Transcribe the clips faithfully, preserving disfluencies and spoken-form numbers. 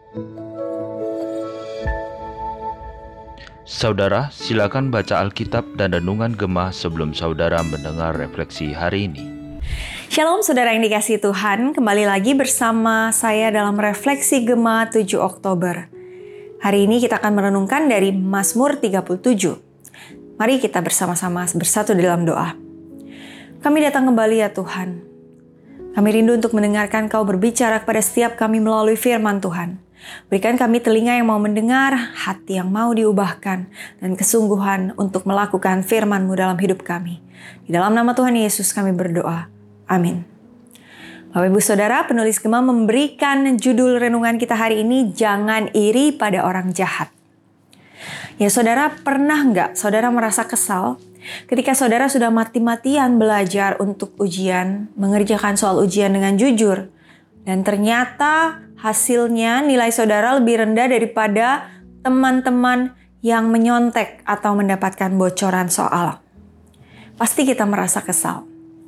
Saudara, silakan baca Alkitab dan Renungan Gemah sebelum saudara mendengar refleksi hari ini. Shalom saudara yang dikasihi Tuhan, kembali lagi bersama saya dalam refleksi Gemah tujuh Oktober. Hari ini kita akan merenungkan dari Mazmur tiga puluh tujuh. Mari kita bersama-sama bersatu dalam doa. Kami datang kembali ya Tuhan. Kami rindu untuk mendengarkan Kau berbicara kepada setiap kami melalui firman Tuhan. Berikan kami telinga yang mau mendengar, hati yang mau diubahkan, dan kesungguhan untuk melakukan firman-Mu dalam hidup kami. Di dalam nama Tuhan Yesus kami berdoa. Amin. Bapak Ibu Saudara, penulis Gemah memberikan judul renungan kita hari ini, Jangan Iri pada Orang Jahat. Ya saudara, pernah nggak saudara merasa kesal ketika saudara sudah mati-matian belajar untuk ujian, mengerjakan soal ujian dengan jujur, dan ternyata hasilnya nilai saudara lebih rendah daripada teman-teman yang menyontek atau mendapatkan bocoran soal. Pasti kita merasa kesal.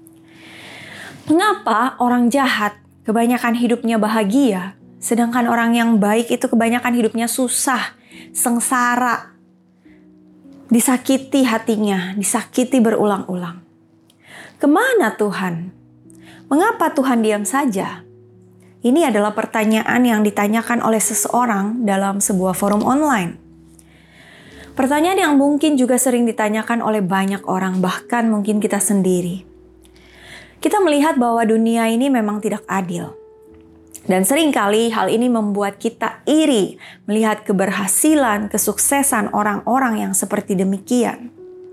Mengapa orang jahat kebanyakan hidupnya bahagia, sedangkan orang yang baik itu kebanyakan hidupnya susah, sengsara, disakiti hatinya, disakiti berulang-ulang? Kemana Tuhan? Mengapa Tuhan diam saja? Ini adalah pertanyaan yang ditanyakan oleh seseorang dalam sebuah forum online. Pertanyaan yang mungkin juga sering ditanyakan oleh banyak orang, bahkan mungkin kita sendiri. Kita melihat bahwa dunia ini memang tidak adil. Dan seringkali hal ini membuat kita iri melihat keberhasilan, kesuksesan orang-orang yang seperti demikian.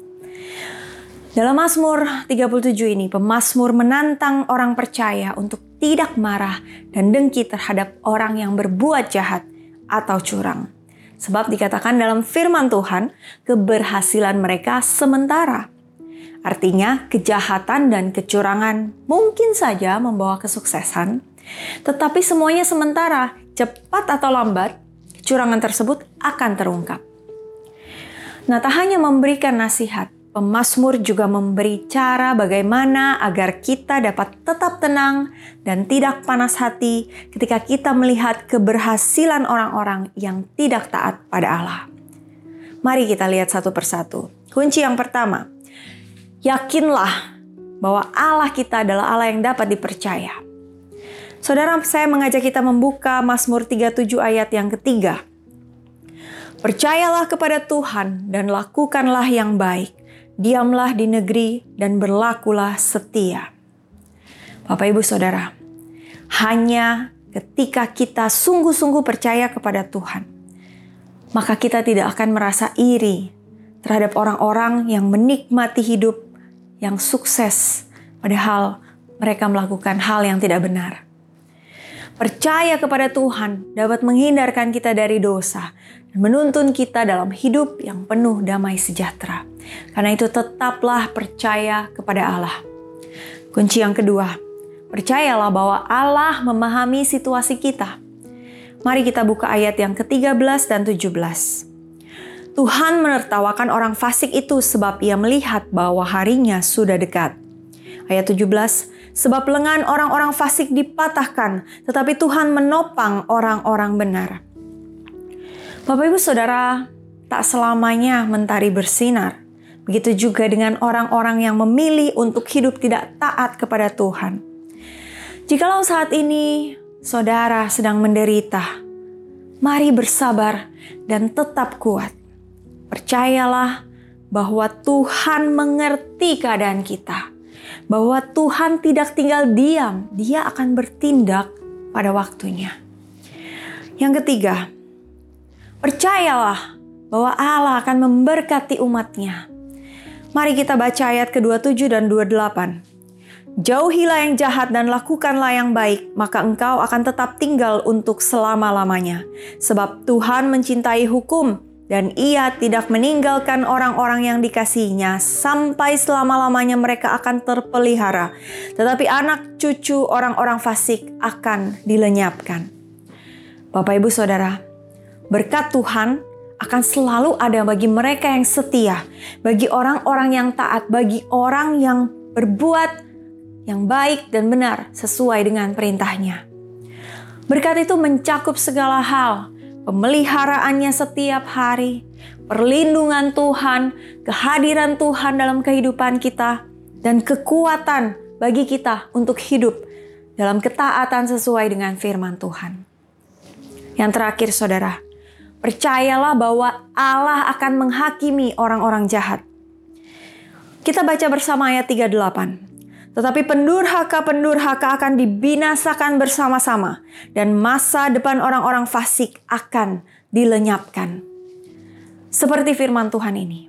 Dalam Mazmur tiga puluh tujuh ini, pemazmur menantang orang percaya untuk tidak marah dan dengki terhadap orang yang berbuat jahat atau curang. Sebab dikatakan dalam firman Tuhan, keberhasilan mereka sementara. Artinya, kejahatan dan kecurangan mungkin saja membawa kesuksesan, tetapi semuanya sementara, cepat atau lambat, kecurangan tersebut akan terungkap. Nah, tak hanya memberikan nasihat, pemazmur juga memberi cara bagaimana agar kita dapat tetap tenang dan tidak panas hati ketika kita melihat keberhasilan orang-orang yang tidak taat pada Allah. Mari kita lihat satu persatu. Kunci yang pertama, yakinlah bahwa Allah kita adalah Allah yang dapat dipercaya. Saudara, saya mengajak kita membuka Mazmur tiga puluh tujuh ayat yang ketiga. Percayalah kepada Tuhan dan lakukanlah yang baik. Diamlah di negeri dan berlakulah setia. Bapak Ibu Saudara, hanya ketika kita sungguh-sungguh percaya kepada Tuhan, maka kita tidak akan merasa iri terhadap orang-orang yang menikmati hidup, yang sukses, padahal mereka melakukan hal yang tidak benar. Percaya kepada Tuhan dapat menghindarkan kita dari dosa dan menuntun kita dalam hidup yang penuh damai sejahtera. Karena itu tetaplah percaya kepada Allah. Kunci yang kedua, percayalah bahwa Allah memahami situasi kita. Mari kita buka ayat yang ketiga belas dan tujuh belas. Tuhan menertawakan orang fasik itu sebab ia melihat bahwa harinya sudah dekat. Ayat tujuh belas, sebab lengan orang-orang fasik dipatahkan, tetapi Tuhan menopang orang-orang benar. Bapak Ibu Saudara, tak selamanya mentari bersinar. Begitu juga dengan orang-orang yang memilih untuk hidup tidak taat kepada Tuhan. Jikalau saat ini saudara sedang menderita, mari bersabar dan tetap kuat. Percayalah bahwa Tuhan mengerti keadaan kita. Bahwa Tuhan tidak tinggal diam, Dia akan bertindak pada waktunya. Yang ketiga, percayalah bahwa Allah akan memberkati umat-Nya. Mari kita baca ayat ke dua puluh tujuh dan dua puluh delapan. Jauhilah yang jahat dan lakukanlah yang baik, maka engkau akan tetap tinggal untuk selama-lamanya. Sebab Tuhan mencintai hukum, dan Ia tidak meninggalkan orang-orang yang dikasihinya sampai selama-lamanya mereka akan terpelihara. Tetapi anak cucu orang-orang fasik akan dilenyapkan. Bapak Ibu Saudara, berkat Tuhan akan selalu ada bagi mereka yang setia, bagi orang-orang yang taat, bagi orang yang berbuat yang baik dan benar sesuai dengan perintahnya. Berkat itu mencakup segala hal, pemeliharaannya setiap hari, perlindungan Tuhan, kehadiran Tuhan dalam kehidupan kita, dan kekuatan bagi kita untuk hidup dalam ketaatan sesuai dengan firman Tuhan. Yang terakhir saudara, percayalah bahwa Allah akan menghakimi orang-orang jahat. Kita baca bersama ayat tiga puluh delapan. Tetapi pendurhaka-pendurhaka akan dibinasakan bersama-sama, dan masa depan orang-orang fasik akan dilenyapkan. Seperti firman Tuhan ini,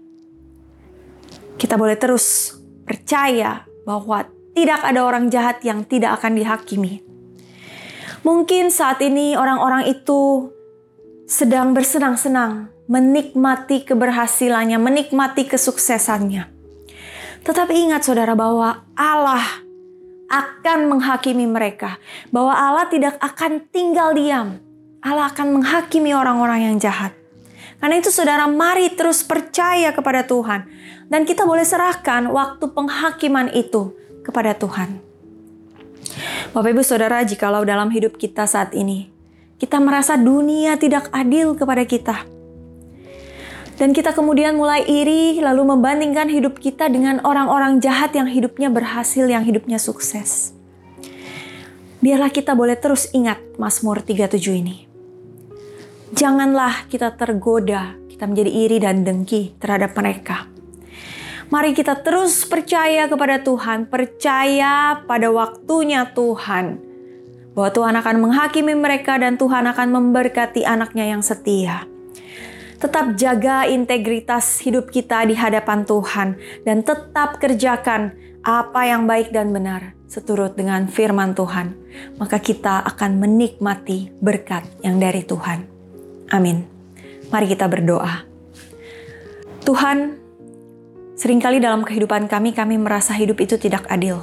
kita boleh terus percaya bahwa tidak ada orang jahat yang tidak akan dihakimi. Mungkin saat ini orang-orang itu sedang bersenang-senang, menikmati keberhasilannya, menikmati kesuksesannya. Tetapi ingat saudara bahwa Allah akan menghakimi mereka. Bahwa Allah tidak akan tinggal diam. Allah akan menghakimi orang-orang yang jahat. Karena itu saudara, mari terus percaya kepada Tuhan. Dan kita boleh serahkan waktu penghakiman itu kepada Tuhan. Bapak Ibu Saudara, jikalau dalam hidup kita saat ini, kita merasa dunia tidak adil kepada kita. Dan kita kemudian mulai iri, lalu membandingkan hidup kita dengan orang-orang jahat yang hidupnya berhasil, yang hidupnya sukses. Biarlah kita boleh terus ingat Mazmur tiga puluh tujuh ini. Janganlah kita tergoda, kita menjadi iri dan dengki terhadap mereka. Mari kita terus percaya kepada Tuhan, percaya pada waktunya Tuhan. Bahwa Tuhan akan menghakimi mereka dan Tuhan akan memberkati anaknya yang setia. Tetap jaga integritas hidup kita di hadapan Tuhan dan tetap kerjakan apa yang baik dan benar seturut dengan firman Tuhan. Maka kita akan menikmati berkat yang dari Tuhan. Amin. Mari kita berdoa. Tuhan, seringkali dalam kehidupan kami, kami merasa hidup itu tidak adil.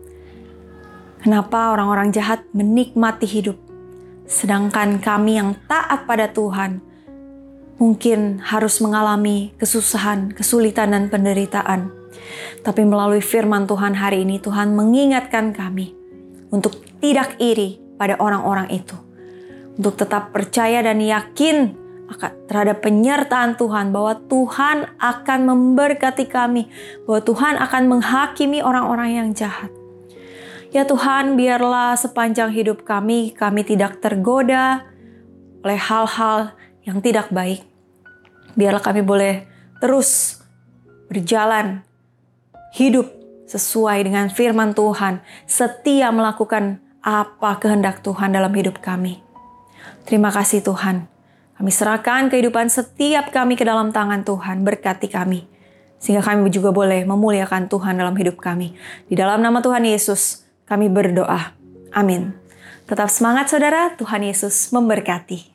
Kenapa orang-orang jahat menikmati hidup, sedangkan kami yang taat pada Tuhan mungkin harus mengalami kesusahan, kesulitan, dan penderitaan. Tapi melalui firman Tuhan hari ini, Tuhan mengingatkan kami untuk tidak iri pada orang-orang itu. Untuk tetap percaya dan yakin terhadap penyertaan Tuhan, bahwa Tuhan akan memberkati kami, bahwa Tuhan akan menghakimi orang-orang yang jahat. Ya Tuhan, biarlah sepanjang hidup kami, kami tidak tergoda oleh hal-hal yang tidak baik. Biarlah kami boleh terus berjalan, hidup sesuai dengan firman Tuhan, setia melakukan apa kehendak Tuhan dalam hidup kami. Terima kasih Tuhan. Kami serahkan kehidupan setiap kami ke dalam tangan Tuhan, berkati kami. Sehingga kami juga boleh memuliakan Tuhan dalam hidup kami. Di dalam nama Tuhan Yesus, kami berdoa. Amin. Tetap semangat saudara, Tuhan Yesus memberkati.